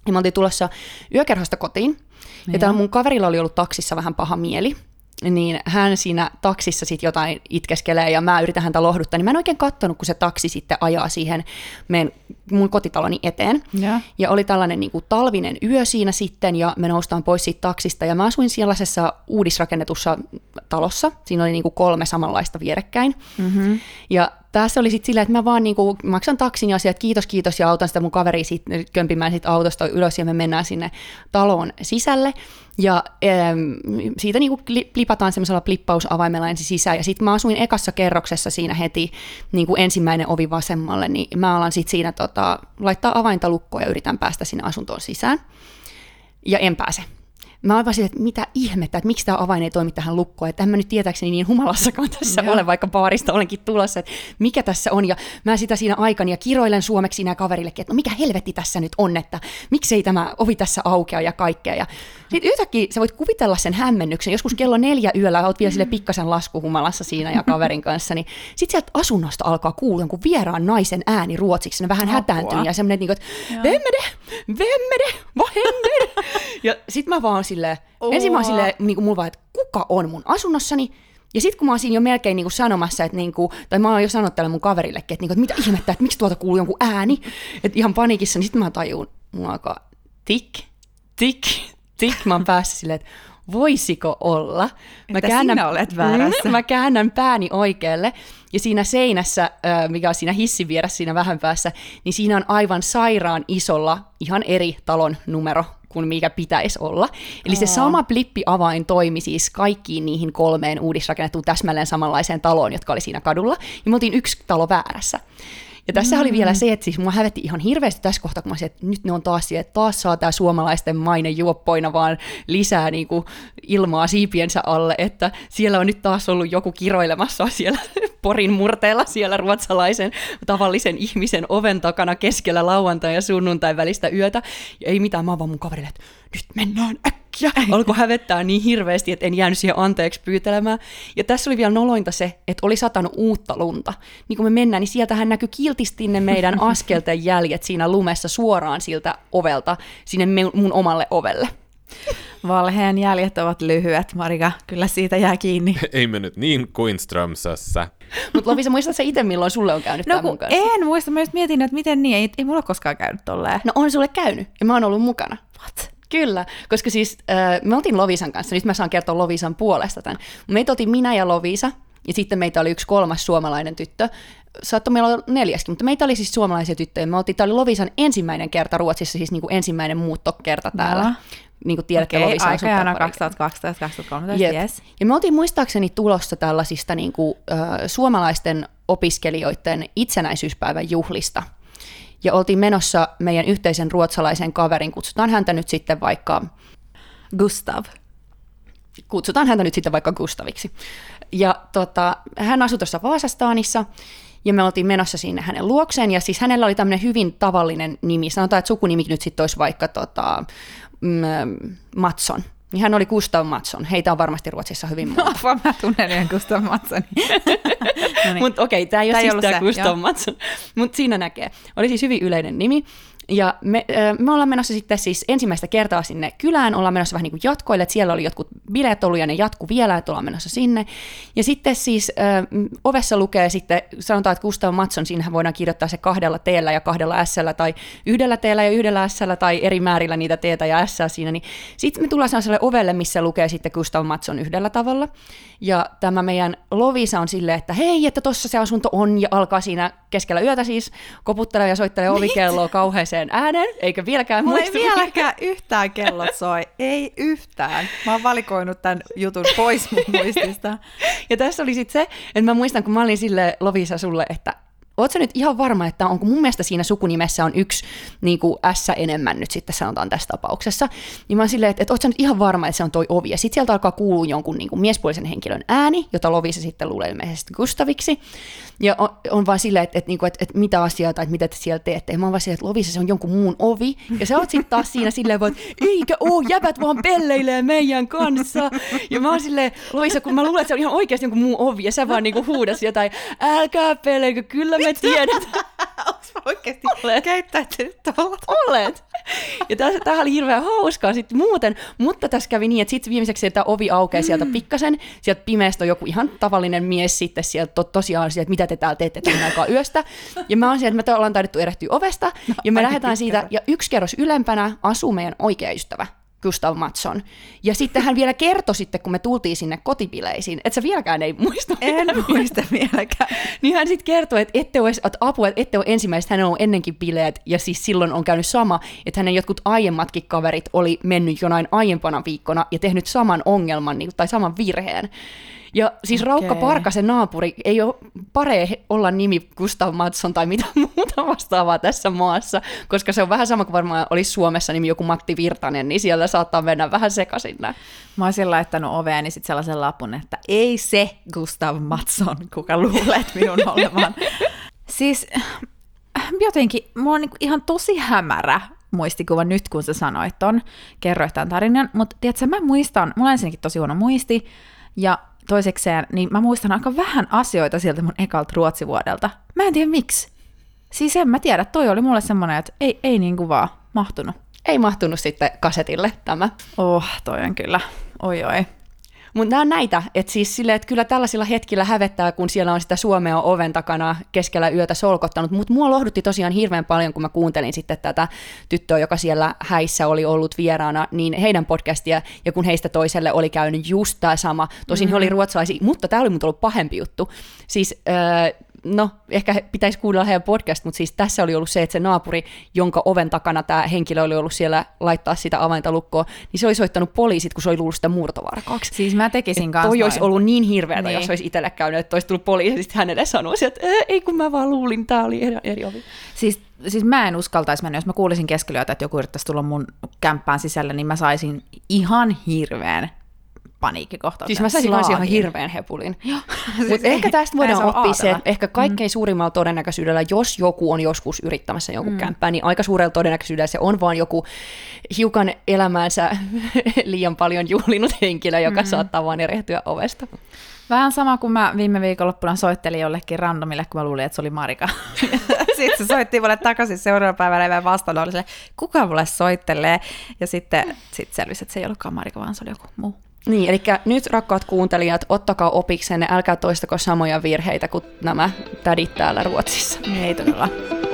S3: Ja me oltiin tulossa yökerhosta kotiin, ja täällä mun kaverilla oli ollut taksissa vähän paha mieli, niin hän siinä taksissa sitten jotain itkeskelee, ja mä yritän häntä lohduttaa, niin mä en oikein katsonut, kun se taksi sitten ajaa siihen mun kotitaloni eteen. Ja oli tällainen niin kuin talvinen yö siinä sitten, ja me noustaan pois siitä taksista, ja mä asuin sellaisessa uudisrakennetussa talossa, siinä oli niin kuin 3 samanlaista vierekkäin, ja tässä oli sitten silleen, että mä vaan niinku maksan taksin ja asiat, kiitos, ja autan sitä mun kaveria sitten kömpimään sit autosta ylös, ja me mennään sinne taloon sisälle, ja siitä niinku flipataan semmoisella flippausavaimella ensin sisään, ja sitten mä asuin ekassa kerroksessa siinä heti niinku ensimmäinen ovi vasemmalle, niin mä alan sitten siinä laittaa avainta lukkoon ja yritän päästä sinne asuntoon sisään, ja en pääse. Mä oon vaan silleen, että mitä ihmettä, että miksi tämä avain ei toimi tähän lukkoon, että en mä nyt tietääkseni niin humalassakaan tässä ole, vaikka baarista olenkin tulossa, että mikä tässä on, ja mä sitä siinä aikani ja kiroilen suomeksi siinä kaverillekin, että no mikä helvetti tässä nyt on, että miksei tämä ovi tässä aukea ja kaikkea, ja sitten yhtäkkiä sä voit kuvitella sen hämmennyksen, joskus kello 4 yöllä, oot vielä sille pikkasen laskuhumalassa siinä ja kaverin kanssa, niin sit sieltä asunnosta alkaa kuulla jonkun vieraan naisen ääni ruotsiksi, ne vähän hätääntynyt ja semmoinen, että vemmede, vad händer? Ja sit mä vaan silleen, ensin mä oon silleen, niin kuin mulla vaan, että kuka on mun asunnossani, ja sitten kun mä oon siinä jo melkein niin kuin sanomassa, että niin kuin, tai mä oon jo sanonut tälle mun kaverillekin, että, niin kuin, että mitä ihmettä, että miksi tuolta kuuluu jonkun ääni, että ihan paniikissa, niin sitten mä tajuun, mulla alkaa tik, mä oon päässä silleen, että voisiko olla.
S2: Sinä olet väärässä.
S3: Mä käännän pääni oikealle, ja siinä seinässä, mikä on siinä hissin vieressä siinä vähän päässä, niin siinä on aivan sairaan isolla, ihan eri talon numero kuin mikä pitäisi olla. Eli se sama flippiavain toimi siis kaikkiin niihin 3 uudisrakennettuun täsmälleen samanlaiseen taloon, jotka oli siinä kadulla, ja me oltiin 1 talo väärässä. Ja tässä oli vielä se, että siis mua hävetti ihan hirveästi tässä kohtaa, kun mä olisin, että nyt ne on taas siihen, että taas saa tää suomalaisten maine juoppoina vaan lisää niin kuin ilmaa siipiensä alle, että siellä on nyt taas ollut joku kiroilemassa siellä Porin murteella siellä ruotsalaisen tavallisen ihmisen oven takana keskellä lauantai ja sunnuntai välistä yötä. Ja ei mitään, mä oon vaan mun kaverille, että nyt mennään äkkiä. Alkoi hävettää niin hirveästi, että en jäänyt siihen anteeksi pyytelemään. Ja tässä oli vielä nolointa se, että oli satanut uutta lunta. Niin kun me mennään, niin sieltähän näkyi kiltisti ne meidän askelten jäljet siinä lumessa suoraan siltä ovelta sinne mun omalle ovelle.
S2: Valheen jäljet ovat lyhyet, Marika. Kyllä siitä jää kiinni.
S1: Ei mennyt niin kuin Strömsössä.
S3: Mutta Lovisa, muistatko sä itse, milloin sulle on käynyt tämä mun kanssa?
S2: En muista. Mä just mietin, että miten niin. Ei mulla ole koskaan käynyt tolleen.
S3: No on sulle käynyt, ja mä oon ollut mukana.
S2: What?
S3: Kyllä, koska siis me oltiin Lovisan kanssa. Nyt mä saan kertoa Lovisan puolesta tämän. Meitä oltiin minä ja Lovisa, ja sitten meitä oli 1 kolmas suomalainen tyttö. Saattoi meillä olla 4, mutta meitä oli siis suomalaisia tyttöjä. Tämä oli Lovisan ensimmäinen kerta Ruotsissa, siis niin kuin ensimmäinen muuttokerta täällä. Niin kuin tiedätte, Lovisa on
S2: aikajana 2012-2013, yes.
S3: Ja me oltiin muistaakseni tulossa tällaisista niin kuin, suomalaisten opiskelijoiden itsenäisyyspäivän juhlista. Ja oltiin menossa meidän yhteisen ruotsalaisen kaverin, kutsutaan häntä nyt sitten vaikka
S2: Gustav.
S3: Kutsutaan häntä nyt sitten vaikka Gustaviksi. Ja hän asui tuossa Vaasastaanissa, ja me oltiin menossa sinne hänen luokseen, ja siis hänellä oli tämmöinen hyvin tavallinen nimi. Sanotaan, että sukunimi nyt sitten olisi vaikka Mattsson. Niin hän oli Gustav Mattsson. Heitä on varmasti Ruotsissa hyvin monta.
S2: No, mä tunnen yhden Gustav Mattsonin.
S3: No niin. Mutta okei, tämä ei ole siis tämä Gustav Mattsson. Mutta siinä näkee. Oli siis hyvin yleinen nimi. Ja me ollaan menossa sitten siis ensimmäistä kertaa sinne kylään, ollaan menossa vähän niin kuin jatkoille, että siellä oli jotkut bileet ollut ja ne jatku vielä, että ollaan menossa sinne. Ja sitten siis ovessa lukee sitten, sanotaan, että Gustav Mattsson, siinähän voidaan kirjoittaa se 2 T:llä ja 2 S:llä tai 1 T:llä ja 1 S:llä tai eri määrillä niitä T:tä ja S:ää siinä. Niin sitten me tullaan sellaiselle ovelle, missä lukee sitten Gustav Mattsson 1 tavalla. Ja tämä meidän Lovisa on silleen, että hei, että tossa se asunto on, ja alkaa siinä keskellä yötä siis koputtelee ja soittelee ovikelloa kauheeseen ääneen, eikä vieläkään
S2: muista.
S3: Mulla
S2: ei vieläkään yhtään kellot soi, ei yhtään. Mä oon valikoinut tämän jutun pois mun muistista.
S3: Ja tässä oli sitten se, että mä muistan, kun mä olin silleen Lovisa sulle, että oot sä nyt ihan varma, että onko mun mielestä siinä sukunimessä on 1 niin kuin S enemmän nyt sitten sanotaan tässä tapauksessa. Niin mä oon silleen, että oot sä nyt ihan varma, että se on toi ovi. Ja sitten sieltä alkaa kuulua jonkun niin kuin miespuolisen henkilön ääni, jota Lovisa sitten luulee ilmeisesti Gustaviksi. Ja on vaan silleen, että mitä asiaa tai mitä te siellä teette. Ja mä oon vaan silleen, että Lovisa, se on jonkun muun ovi. Ja sä oot sitten taas siinä silleen, että eikä oo, jäbät vaan pelleilee meidän kanssa. Ja mä oon silleen, Lovisa, kun mä luulen, että se on ihan oikeasti jonkun muun ovi. Ja sä vaan niinku huudas jotain, älkää pelleikö, kyllä me tiedetään.
S2: Onko mä oikeasti käyttäytynyt tuolla?
S3: Olet. Ja tämähän oli hirveän hauskaa sitten muuten, mutta tässä kävi niin, että sitten viimeiseksi että ovi aukeaa sieltä pikkasen, sieltä pimeästä on joku ihan tavallinen mies sitten sieltä tosiaan sieltä, että mitä te täällä teette tämän aikaa yöstä. Ja mä oon sieltä, että me ollaan taidettu erehtyä ovesta, ja me lähdetään siitä, ja yksi kerros ylempänä asuu meidän oikea ystävä. Gustav Mattsson. Ja sitten hän vielä kertoi sitten, kun me tultiin sinne kotipileisiin, että sä vieläkään ei muista.
S2: En muista vieläkään.
S3: Niin hän sitten kertoi, että ette ole ensimmäiset, hänellä on ennenkin bileet, ja siis silloin on käynyt sama, että hänen jotkut aiemmatkin kaverit oli mennyt jonain aiempana viikkona ja tehnyt saman ongelman tai saman virheen. Ja siis Raukka Parkasen naapuri, ei ole paree olla nimi Gustav Mattsson tai mitä muuta vastaavaa tässä maassa, koska se on vähän sama kuin varmaan olisi Suomessa nimi joku Matti Virtanen, niin siellä saattaa mennä vähän sekaisin näin.
S2: Mä olisin laittanut oveen niin sitten sellaisen lapun, että ei se Gustav Mattsson, kuka luulet minun olevan. Siis jotenkin, mulla on niinku ihan tosi hämärä muistikuva nyt, kun sä sanoit ton, kerroit tämän tarinan, mutta tiedätkö, mä muistan, mulla on ensinnäkin tosi huono muisti, ja toisekseen, niin mä muistan aika vähän asioita sieltä mun ekalta ruotsivuodelta. Mä en tiedä miksi. Siis en mä tiedä, toi oli mulle semmoinen, että ei niinku vaan mahtunut.
S3: Ei mahtunut sitten kasetille tämä.
S2: Toi on kyllä, oi.
S3: Mutta nämä on näitä, että siis silleen, että kyllä tällaisilla hetkillä hävettää, kun siellä on sitä Suomea oven takana keskellä yötä solkottanut, mutta mua lohdutti tosiaan hirveän paljon, kun mä kuuntelin sitten tätä tyttöä, joka siellä häissä oli ollut vieraana, niin heidän podcastia, ja kun heistä toiselle oli käynyt just tämä sama, tosin he oli ruotsalaisia, mutta tämä oli mun tullut pahempi juttu. Siis no, ehkä pitäisi kuunnella heidän podcast, mutta siis tässä oli ollut se, että se naapuri, jonka oven takana tämä henkilö oli ollut siellä laittaa sitä avainta lukkoon, niin se oli soittanut poliisit, kun se oli luullut sitä murtovarkaaksi.
S2: Siis mä tekisin kanssa
S3: toi olisi ollut niin hirveätä,
S2: niin.
S3: Jos olisi itselle käynyt, että olisi tullut poliisi, ja sitten hänelle sanoisi, että ei kun mä vaan luulin, tämä oli eri ovi.
S2: Siis mä en uskaltaisi mennä, jos mä kuulisin keskelyötä, että joku yrittäisi tulla mun kämppään sisälle, niin mä saisin ihan hirveän paniikkikohtauksen.
S3: Siis mä saisin myös ihan hirveän hepulin. Mutta ehkä tästä voidaan oppia se, että ehkä kaikkein suurimmalla todennäköisyydellä, jos joku on joskus yrittämässä jonkun kämppää, niin aika suurella todennäköisyydellä se on vaan joku hiukan elämäänsä liian paljon juhlinut henkilö, joka saattaa vaan erehtyä ovesta.
S2: Vähän sama kuin mä viime viikonloppuna soittelin jollekin randomille, kun mä luulin, että se oli Marika. Sitten se soitti mulle takaisin seuraavana päivänä ja vastaan oli silleen, kuka mulle soittelee? Ja sitten selvisi, että se ei ollutkaan Marika, vaan se oli joku muu.
S3: Niin, eli nyt rakkaat kuuntelijat, ottakaa opiksenne, älkää toistako samoja virheitä kuin nämä tädit täällä Ruotsissa.
S2: Ei todella.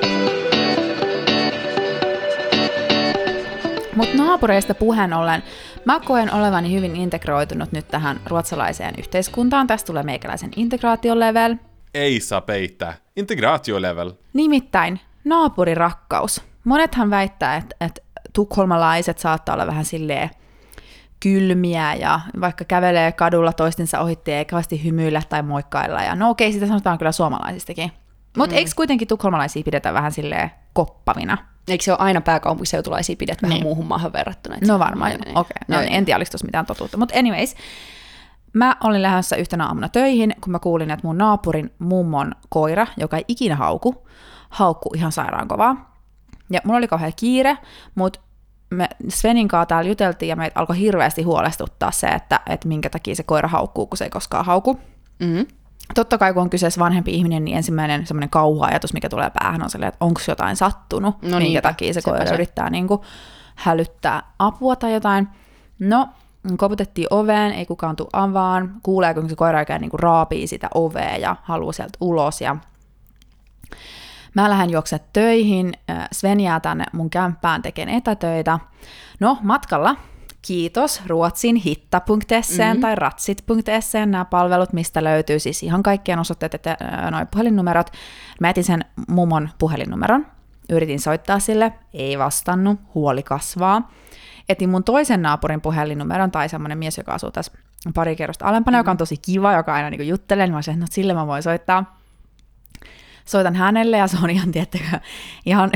S2: Mutta naapureista puheen ollen, mä koen olevani hyvin integroitunut nyt tähän ruotsalaiseen yhteiskuntaan. Tästä tulee meikäläisen integraatiolevel.
S1: Ei saa peittää. Integraatiolevel.
S2: Nimittäin naapurirakkaus. Monethan väittää, että tukholmalaiset saattaa olla vähän silleen kylmiä ja vaikka kävelee kadulla toistensa ohitti eikä kauheasti hymyillä tai moikkailla. Ja no okei, sitä sanotaan kyllä suomalaisistakin. Mutta eikö kuitenkin tukholmalaisia pidetä vähän silleen koppavina?
S3: Eikö se ole aina pääkaupunkiseutulaisia pidet vähän muuhun maahan verrattuna?
S2: No varmaan, okei. No, en tiedä, oliko tuossa mitään totuutta. Mutta anyways, mä olin lähdössä yhtenä aamuna töihin, kun mä kuulin, että mun naapurin mummon koira, joka ei ikinä haukkuu ihan sairaan kovaa. Ja mulla oli kauhean kiire, mutta me Svenin kanssa täällä juteltiin ja meitä alkoi hirveästi huolestuttaa se, että minkä takia se koira haukkuu, kun se ei koskaan hauku. Mm-hmm. Totta kai, kun on kyseessä vanhempi ihminen, niin ensimmäinen semmoinen kauhuajatus, mikä tulee päähän, on sellainen, että onko jotain sattunut, minkä takia se koira yrittää niin kuin hälyttää apua tai jotain. No, koputettiin oveen, ei kukaan tule avaan, kuulee, kun se koira oikein niin kuin raapii sitä ovea ja haluaa sieltä ulos. Ja mä lähden juoksemaan töihin, Sven jää tänne mun kämppään tekemään etätöitä. No, matkalla. Kiitos Ruotsin hitta.se tai ratsit.se, nämä palvelut, mistä löytyy siis ihan kaikkien osoitteet, että noi puhelinnumerot. Mä etin sen mummon puhelinnumeron, yritin soittaa sille, ei vastannut, huoli kasvaa. Etin mun toisen naapurin puhelinnumeron, tai semmoinen mies, joka asuu tässä pari kerrosta alempana, joka on tosi kiva, joka aina niin juttelee, niin mä olisin, että no sille mä voin soittaa. Soitan hänelle ja se on ihan, tiettäkö, ihan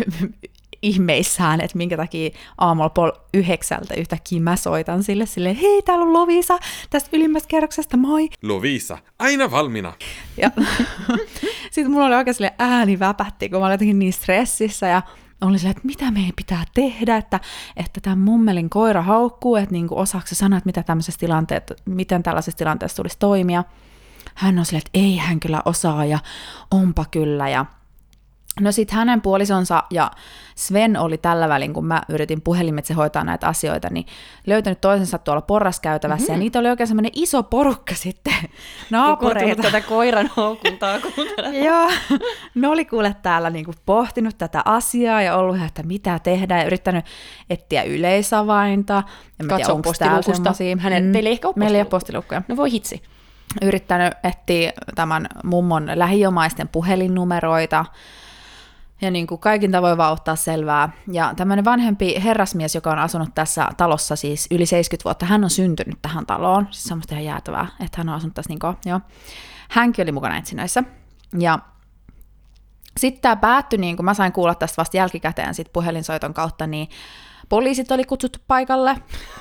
S2: ihmeissään, että minkä takia aamulla 8:30 yhtäkkiä mä soitan sille silleen, hei, täällä on Lovisa tästä ylimmästä kerroksesta, moi.
S1: Lovisa, aina valmiina.
S2: Ja sitten mulla oli oikein silleen ääni väpätti, kun mä olin jotenkin niin stressissä ja olin silleen, että mitä meidän pitää tehdä, että tämän mummelin koira haukkuu, että niinku osaako se sanoa, että miten tällaisessa tilanteessa tulisi toimia. Hän on silleen, että ei hän kyllä osaa ja onpa kyllä ja No sit hänen puolisonsa ja Sven oli tällä välin, kun mä yritin puhelimitse hoitaa näitä asioita, niin löytänyt toisensa tuolla porraskäytävässä, ja niitä oli oikein semmoinen iso porukka sitten naapureita.
S3: tätä koiran houkuntaa kuuntelemaan.
S2: Joo, ne oli kuule täällä niinku pohtinut tätä asiaa ja ollut, että mitä tehdään, ja yrittänyt etsiä yleisavainta.
S3: Katso postilukusta. Teillä ei ehkä ole
S2: meillä ei ole postilukkuja.
S3: No voi hitsi.
S2: Yrittänyt etsiä tämän mummon lähiomaisten puhelinnumeroita, ja niin kuin kaikin tavoin vaan ottaa selvää. Ja tämmöinen vanhempi herrasmies, joka on asunut tässä talossa siis yli 70 vuotta, hän on syntynyt tähän taloon. Siis semmoista ihan jäätävää, että hän on asunut tässä joo. Hänkin oli mukana etsinnöissä. Ja sitten tämä päättyi, niin kuin mä sain kuulla tästä vasta jälkikäteen sit puhelinsoiton kautta, niin poliisit oli kutsuttu paikalle.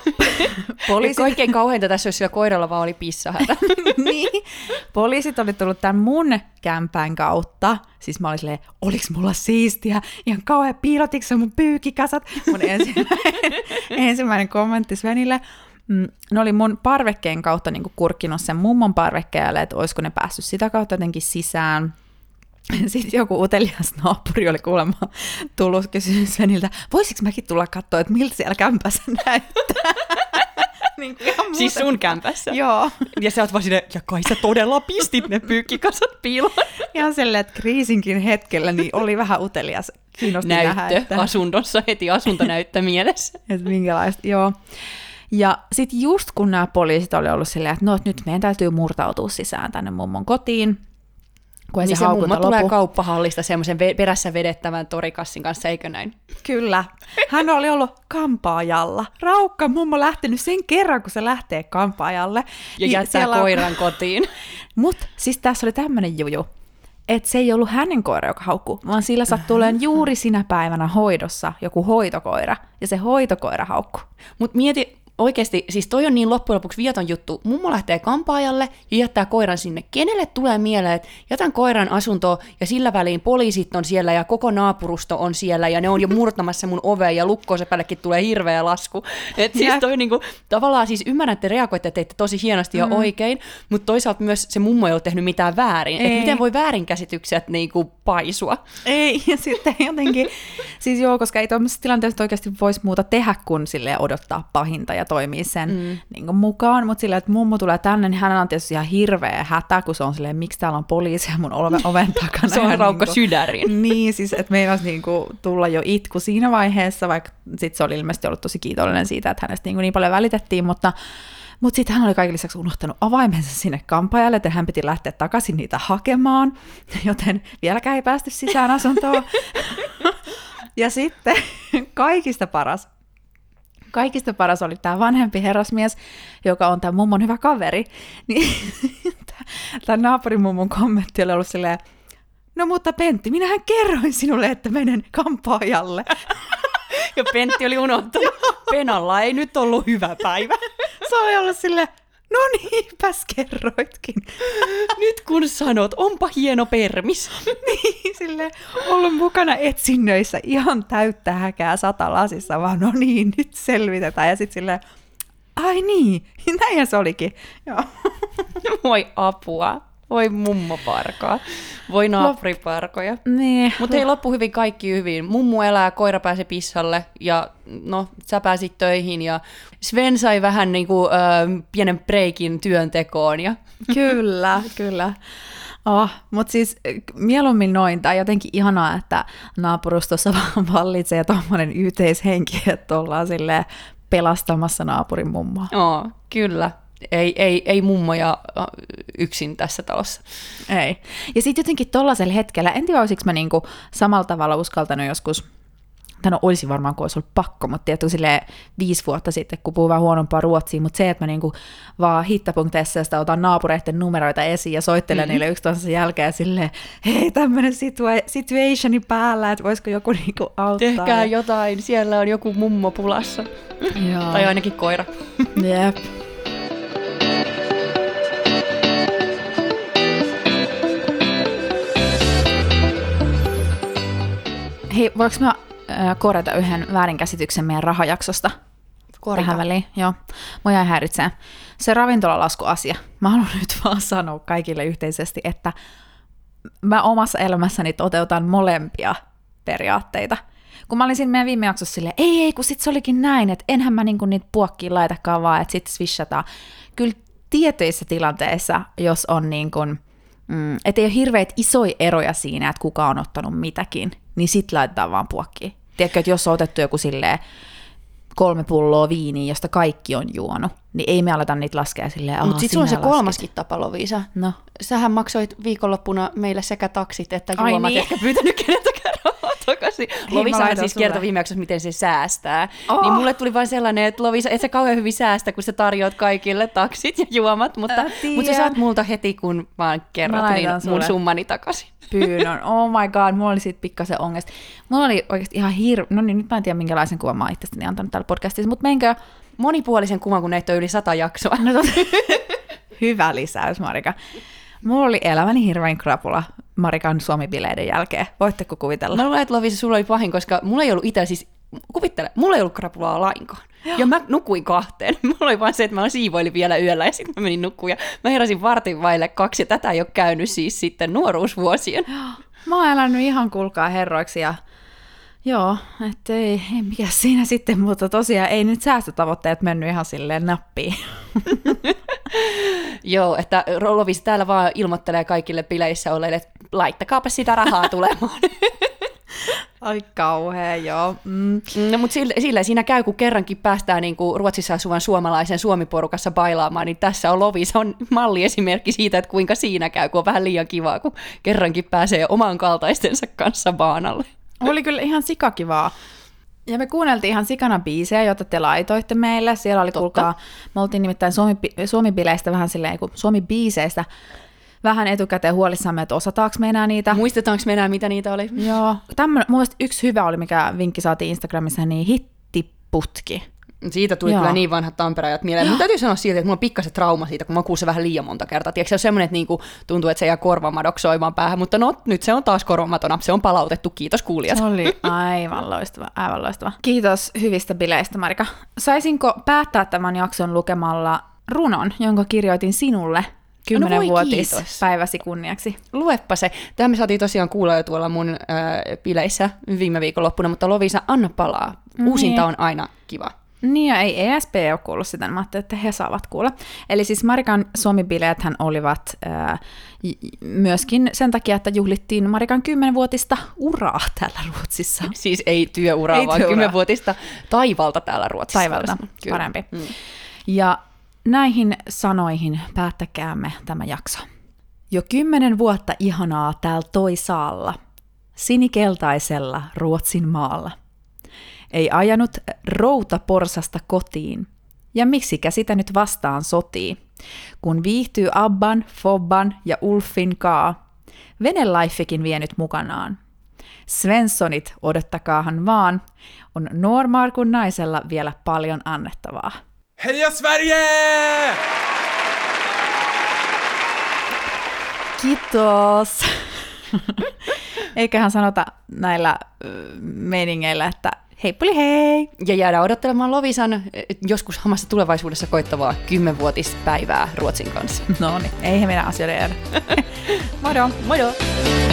S3: Kaikkein kauheinta tässä, jos sillä koiralla vaan oli pissahätä.
S2: Niin. Poliisit oli tullut tämän mun kämpään kautta. Siis mä olin silleen, oliks mulla siistiä? Ihan kauhean piilotiks mun pyykikasat? Mun ensimmäinen kommentti Svenille. Ne oli mun parvekkeen kautta niin kurkkinut sen mummon parvekkeelle, että olisiko ne päässyt sitä kautta jotenkin sisään. Sitten joku utelias naapuri oli kuulemma tullut kysynyt Sveniltä, voisiko mäkin tulla katsoa, että miltä siellä kämpässä näyttää? Niin
S3: siis sun kämpässä?
S2: Joo.
S3: Ja sä oot vaan silleen, ja kai sä todella pistit ne pyykkikasat piiloon.
S2: Ihan silleen, että kriisinkin hetkellä niin oli vähän utelias. Kiinnosti nähdä, että
S3: asunnossa, heti asuntonäyttö mielessä.
S2: Että minkälaista, joo. Ja sitten just kun nämä poliisit oli ollut silleen, että no, nyt meidän täytyy murtautua sisään tänne mummon kotiin, kun
S3: niin se mummo tulee kauppahallista semmoisen perässä vedettävän torikassin kanssa, eikö näin?
S2: Kyllä. Hän oli ollut kampaajalla. Raukka mummo lähtenyt sen kerran, kun se lähtee kampaajalle.
S3: Ja niin jättää koiran kotiin.
S2: Mutta siis tässä oli tämmöinen juju, että se ei ollut hänen koira, joka haukkuu, vaan sillä sattui olemaan juuri sinä päivänä hoidossa joku hoitokoira, ja se hoitokoira haukkuu.
S3: Mutta mieti, oikeasti, siis toi on niin loppujen lopuksi vieton juttu. Mummo lähtee kampaajalle ja jättää koiran sinne. Kenelle tulee mieleen, että jätän koiran asuntoon ja sillä väliin poliisit on siellä ja koko naapurusto on siellä ja ne on jo murtamassa mun ovea ja lukkoosepällekin tulee hirveä lasku. Et siis toi niinku, tavallaan siis ymmärrän, että reagoitte, teitte tosi hienosti ja oikein, mutta toisaalta myös se mummo ei ole tehnyt mitään väärin. Että miten voi väärinkäsitykset niinku paisua?
S2: Ei, ja sitten jotenkin, siis joo, koska ei tuollaisessa tilanteessa oikeasti voisi muuta tehdä kuin silleen odottaa pahinta ja toimii sen niin kuin mukaan, mutta silleen, että mummo tulee tänne, niin hänellä on tietysti ihan hirveä hätä, kun se on silleen, miksi täällä on poliisia mun oven takana.
S3: Se on raukka sydärin.
S2: Niin, siis että meinasi niin kuin tulla jo itku siinä vaiheessa, vaikka sitten se oli ilmeisesti ollut tosi kiitollinen siitä, että hänestä niin paljon välitettiin, mutta sitten hän oli kaiken lisäksi unohtanut avaimensa sinne kampaajalle, että hän piti lähteä takaisin niitä hakemaan, joten vieläkään ei päästy sisään asuntoon. Ja sitten kaikista paras oli tämä vanhempi herrasmies, joka on tämän mummon hyvä kaveri. Niin tämän naapurimummon kommentti oli ollut silleen, no mutta Pentti, minähän kerroin sinulle, että menen kampaajalle.
S3: Ja Pentti oli unohtanut, Penalla ei nyt ollut hyvä päivä.
S2: Se oli ollut silleen, no niinpäs kerroitkin.
S3: Nyt kun sanot, onpa hieno permis.
S2: Niin, silleen, ollut mukana etsinnöissä ihan täyttä häkää 100 lasissa, vaan no niin, nyt selvitetään. Ja sitten silleen, ai niin, näinhän se olikin. Joo.
S3: Voi apua. Voi mummoparkoa. Voi naapuriparkoja.
S2: Niin.
S3: Mutta hei, loppu hyvin, kaikki hyvin. Mummu elää, koira pääsi pissalle ja no, sä pääsit töihin ja Sven sai vähän niinku pienen breikin työntekoon. Ja...
S2: Kyllä. Mutta siis mieluummin noin, tai jotenkin ihanaa, että naapurustossa vaan vallitsee tommoinen yhteishenki, että ollaan silleen pelastamassa naapurin mummoa.
S3: Kyllä. Ei mummoja yksin tässä talossa.
S2: Ei. Ja sitten jotenkin tollaisella hetkellä, en tiedä olisiko mä niinku samalla tavalla uskaltanut joskus, tai no olisi varmaan, kun olisi ollut pakko, mutta tiedätkö silleen 5 vuotta sitten, kun puhuu vähän huonompaa ruotsia, mutta se, että mä niinku vaan hittapunkteissa sitä otan naapureiden numeroita esiin ja soittelen niille yksi toisensa jälkeen silleen, hei tämmöinen situationi päällä, että voisiko joku niinku auttaa.
S3: Tehkää jotain, siellä on joku mummo pulassa.
S2: Joo.
S3: Tai ainakin koira.
S2: Jep. Hei, voinko mä korjata yhden väärinkäsityksen meidän rahajaksosta? Tähän väliin, joo. Mua jäi häiritsee. Se ravintolalaskuasia. Mä haluan nyt vaan sanoa kaikille yhteisesti, että mä omassa elämässäni toteutan molempia periaatteita. Kun mä olin siinä meidän viime jaksossa silleen, ei, kun sit se olikin näin, että enhän mä niinku niitä puokkiin laitakaan vaan, että sit swishataan. Kyllä tietyissä tilanteissa, jos on niin kuin, että ei ole hirveät isoja eroja siinä, että kuka on ottanut mitäkin, niin sit laitetaan vaan puokkiin. Tiedätkö, että jos on otettu joku silleen 3 pulloa viiniä, josta kaikki on juonut, niin ei me aleta niitä laskea silleen,
S3: mutta sitten sulla on se kolmaskin tapa, Loviisa.
S2: No.
S3: Sähän maksoit viikonloppuna meille sekä taksit että juomat, niin. Etkä pyytänyt keneltäkään rahaa takaisin. Loviisahan siis kertoi viime jaksossa, miten se säästää. Niin mulle tuli vain sellainen, että Loviisa, et sä kauhean hyvin säästä, kun sä tarjoat kaikille taksit ja juomat, mutta sä saat multa heti, kun vaan kerrot, niin mun summani takaisin.
S2: Pyynnön. Oh my god, mulla oli siitä pikkasen ongelma. Mulla oli oikeasti ihan no niin, nyt mä en tiedä minkälaisen kuvan mä oon itsestäni antanut täällä podcastissa, mutta menkö
S3: monipuolisen kuvan, kun näitä on yli 100 jaksoa.
S2: No, hyvä lisäys, Marika. Mulla oli elämäni hirvein krapula Marikan Suomi-bileiden jälkeen. Voitteko kuvitella?
S3: Mä luulen, että Lovisa, sulla oli pahin, koska mulla ei ollut itse siis, kuvittele, mulla ei ollut krapulaa lainkaan. Ja mä nukuin 2. Mulla oli vaan se, että mä siivoilin vielä yöllä ja sitten mä menin nukkuun. Ja mä heräsin 1:15 ja tätä ei ole käynyt siis sitten nuoruusvuosien.
S2: Mä oon elänyt ihan kulkaa herroiksi ja joo, että ei mikä siinä sitten, mutta tosiaan ei nyt säästötavoitteet mennyt ihan silleen nappiin.
S3: Joo, että Lovisa täällä vaan ilmoittelee kaikille bileissä olleille, että laittakaapa sitä rahaa tulemaan.
S2: Ai kauhea, joo.
S3: No, mutta sillä siinä käy, kun kerrankin päästään niin kuin Ruotsissa asuvan suomalaisen Suomi-porukassa bailaamaan, niin tässä on Lovisa on malliesimerkki siitä, että kuinka siinä käy, kun on vähän liian kivaa, kun kerrankin pääsee oman kaltaistensa kanssa baanalle.
S2: Oli kyllä ihan sikakivaa. Ja me kuunneltiin ihan sikana biisejä, joita te laitoitte meille. Siellä oli, kuulkaa, me oltiin nimittäin Suomi-bileistä vähän silleen, kuin Suomi-biiseistä vähän etukäteen huolissamme, että osataanko me enää niitä.
S3: Muistetaanko me enää, mitä niitä oli?
S2: Joo. Mun mielestä yksi hyvä oli, mikä vinkki saatiin Instagramissa, niin hittiputki.
S3: Siitä tuli kyllä niin vanhat Tampereajat mieleen. Mun täytyy sanoa silti, että mulla on pikkasen trauma siitä, kun mä kuulin se vähän liian monta kertaa. Tiedätkö, se on semmoinen, että niinku tuntuu, että se jää korvamadoksi soimaan päähän, mutta no nyt se on taas korvamatona. Se on palautettu. Kiitos kuulijat.
S2: Se oli aivan loistava, aivan loistava. Kiitos hyvistä bileistä, Marika. Saisinko päättää tämän jakson lukemalla runon, jonka kirjoitin sinulle 10-vuotispäiväsi kunniaksi?
S3: Lueppa se. Tämä me saatiin tosiaan kuulla jo tuolla mun bileissä viime viikonloppuna, mutta Lovisa, anna palaa. Uusinta on aina kiva.
S2: Niin, ja ei ESP ole kuullut sitä, mä ajattelin, että he saavat kuulla. Eli siis Marikan Suomi-bileethän olivat myöskin sen takia, että juhlittiin Marikan 10-vuotista uraa täällä Ruotsissa.
S3: Siis ei työuraa, vaan 10-vuotista taivalta täällä Ruotsissa.
S2: Taivalta, parempi. Ja näihin sanoihin päättäkäämme tämä jakso. Jo 10 vuotta ihanaa täällä toisaalla, sinikeltaisella Ruotsin maalla. Ei ajanut routaporsasta kotiin, ja miksikä sitä nyt vastaan sotii, kun viihtyy Abban, Fobban ja Ulfin kaa, venelaifikin vienyt mukanaan. Svenssonit, odottakaahan vaan, on Normarkun naisella vielä paljon annettavaa.
S1: Heja Sverige!
S2: Kiitos! Eiköhän sanota näillä meiningeillä, että heipuli hei!
S3: Ja jäädään odottelemaan Lovisan joskus hamassa tulevaisuudessa koittavaa 10-vuotispäivää Ruotsin kanssa.
S2: No niin, eihän meidän asioiden jäädä. Modo!
S3: Modo!